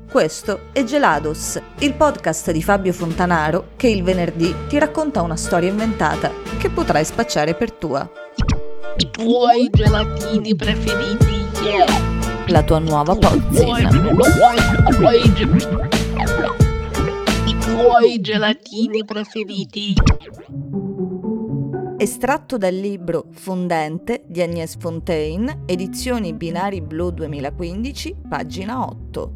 Questo è Gelados, il podcast di Fabio Fontanaro che il venerdì ti racconta una storia inventata che potrai spacciare per tua. I tuoi gelatini preferiti, La tua nuova pozzina. I tuoi gelatini preferiti. Estratto dal libro Fondente di Agnès Fontaine, edizioni Binari Blu 2015, pagina 8.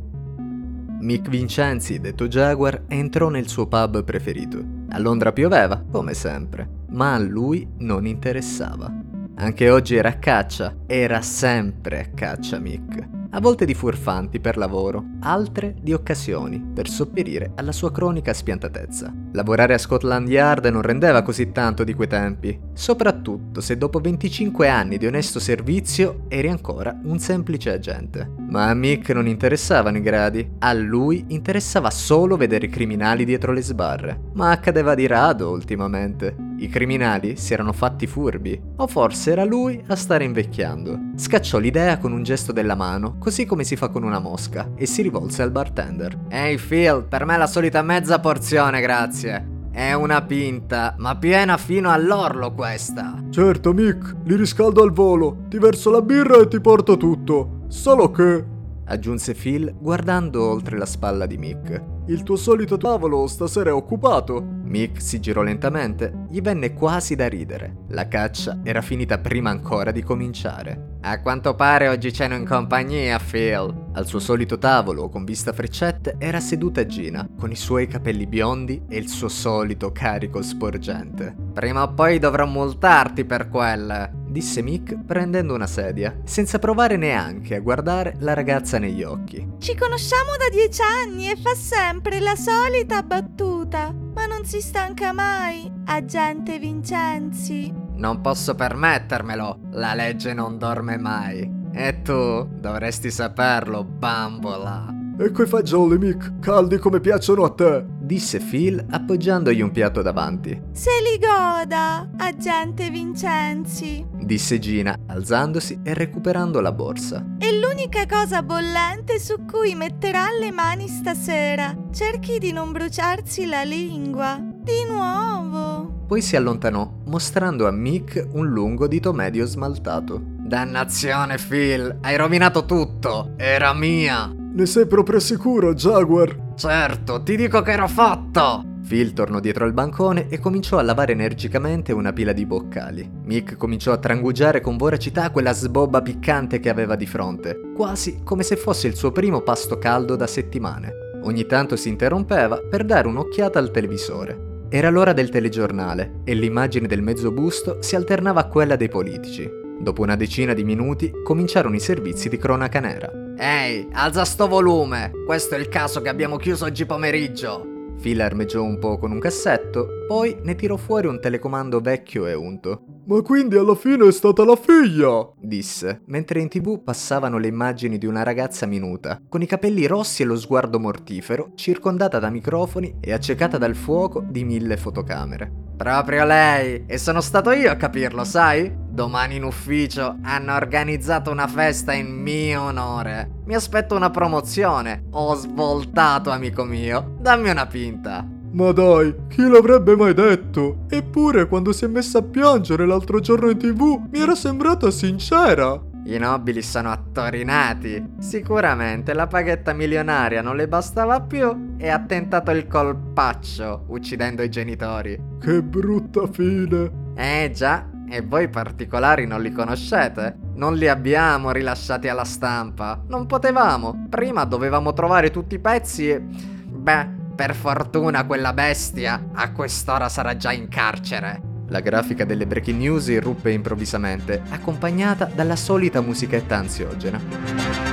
Mick Vincenzi, detto Jaguar, entrò nel suo pub preferito. A Londra pioveva, come sempre, ma a lui non interessava. Anche oggi era a caccia, era sempre a caccia Mick. A volte di furfanti per lavoro, altre di occasioni per sopperire alla sua cronica spiantatezza. Lavorare a Scotland Yard non rendeva così tanto di quei tempi, soprattutto se dopo 25 anni di onesto servizio eri ancora un semplice agente. Ma a Mick non interessavano i gradi, a lui interessava solo vedere i criminali dietro le sbarre. Ma accadeva di rado ultimamente. I criminali si erano fatti furbi, o forse era lui a stare invecchiando. Scacciò l'idea con un gesto della mano, così come si fa con una mosca, e si rivolse al bartender. «Ehi Phil, per me la solita mezza porzione, grazie. È una pinta, ma piena fino all'orlo questa!» «Certo, Mick, li riscaldo al volo, ti verso la birra e ti porto tutto. Solo che...» aggiunse Phil guardando oltre la spalla di Mick. «Il tuo solito tavolo stasera è occupato?» Mick si girò lentamente, gli venne quasi da ridere. La caccia era finita prima ancora di cominciare. «A quanto pare oggi ceno in compagnia, Phil!» Al suo solito tavolo, con vista a freccette, era seduta Gina, con i suoi capelli biondi e il suo solito carico sporgente. «Prima o poi dovrò multarti per quelle!» disse Mick prendendo una sedia, senza provare neanche a guardare la ragazza negli occhi. «Ci conosciamo da 10 anni e fa sempre la solita battuta, ma non si stanca mai, agente Vincenzi!» «Non posso permettermelo, la legge non dorme mai. E tu dovresti saperlo, bambola!» «E quei fagioli, Mick, caldi come piacciono a te!» disse Phil appoggiandogli un piatto davanti. «Se li goda, agente Vincenzi!» disse Gina, alzandosi e recuperando la borsa. «È l'unica cosa bollente su cui metterà le mani stasera. Cerchi di non bruciarsi la lingua. Di nuovo!» Poi si allontanò, mostrando a Mick un lungo dito medio smaltato. «Dannazione, Phil, hai rovinato tutto! Era mia!» «Ne sei proprio sicuro, Jaguar?» «Certo, ti dico che ero fatto!» Phil tornò dietro al bancone e cominciò a lavare energicamente una pila di boccali. Mick cominciò a trangugiare con voracità quella sbobba piccante che aveva di fronte, quasi come se fosse il suo primo pasto caldo da settimane. Ogni tanto si interrompeva per dare un'occhiata al televisore. Era l'ora del telegiornale e l'immagine del mezzobusto si alternava a quella dei politici. Dopo una decina di minuti cominciarono i servizi di cronaca nera. «Ehi, alza sto volume! Questo è il caso che abbiamo chiuso oggi pomeriggio!» Phil armeggiò un po' con un cassetto, poi ne tirò fuori un telecomando vecchio e unto. «Ma quindi alla fine è stata la figlia!» disse, mentre in TV passavano le immagini di una ragazza minuta, con i capelli rossi e lo sguardo mortifero, circondata da microfoni e accecata dal fuoco di 1000 fotocamere. «Proprio lei! E sono stato io a capirlo, sai? Domani in ufficio hanno organizzato una festa in mio onore. Mi aspetto una promozione. Ho svoltato, amico mio. Dammi una pinta!» «Ma dai, chi l'avrebbe mai detto? Eppure quando si è messa a piangere l'altro giorno in TV mi era sembrata sincera!» «I nobili sono attorinati. Sicuramente la paghetta milionaria non le bastava più e ha tentato il colpaccio, uccidendo i genitori.» «Che brutta fine!» Già, e voi particolari non li conoscete? Non li abbiamo rilasciati alla stampa. Non potevamo. Prima dovevamo trovare tutti i pezzi e... beh, per fortuna quella bestia a quest'ora sarà già in carcere.» La grafica delle breaking news irruppe improvvisamente, accompagnata dalla solita musichetta ansiogena.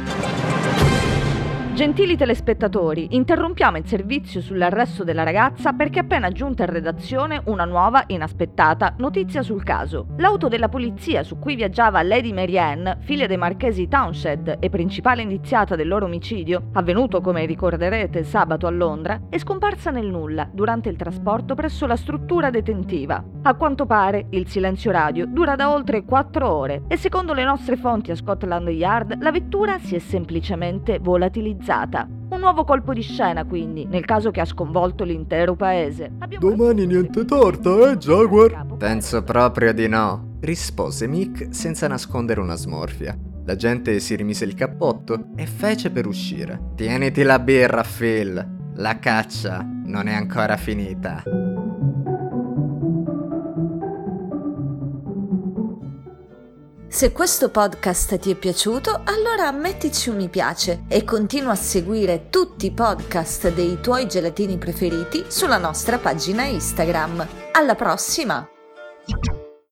Gentili telespettatori, interrompiamo il servizio sull'arresto della ragazza perché è appena giunta in redazione una nuova, inaspettata notizia sul caso. L'auto della polizia su cui viaggiava Lady Marianne, figlia dei marchesi Townshend e principale indiziata del loro omicidio, avvenuto come ricorderete sabato a Londra, è scomparsa nel nulla durante il trasporto presso la struttura detentiva. A quanto pare il silenzio radio dura da oltre 4 ore e secondo le nostre fonti a Scotland Yard la vettura si è semplicemente volatilizzata. Un nuovo colpo di scena, quindi, nel caso che ha sconvolto l'intero paese. Domani niente torta, Jaguar? Penso proprio di no, rispose Mick senza nascondere una smorfia. La gente si rimise il cappotto e fece per uscire. Tieniti la birra, Phil. La caccia non è ancora finita. Se questo podcast ti è piaciuto, allora mettici un mi piace e continua a seguire tutti i podcast dei tuoi gelatini preferiti sulla nostra pagina Instagram. Alla prossima!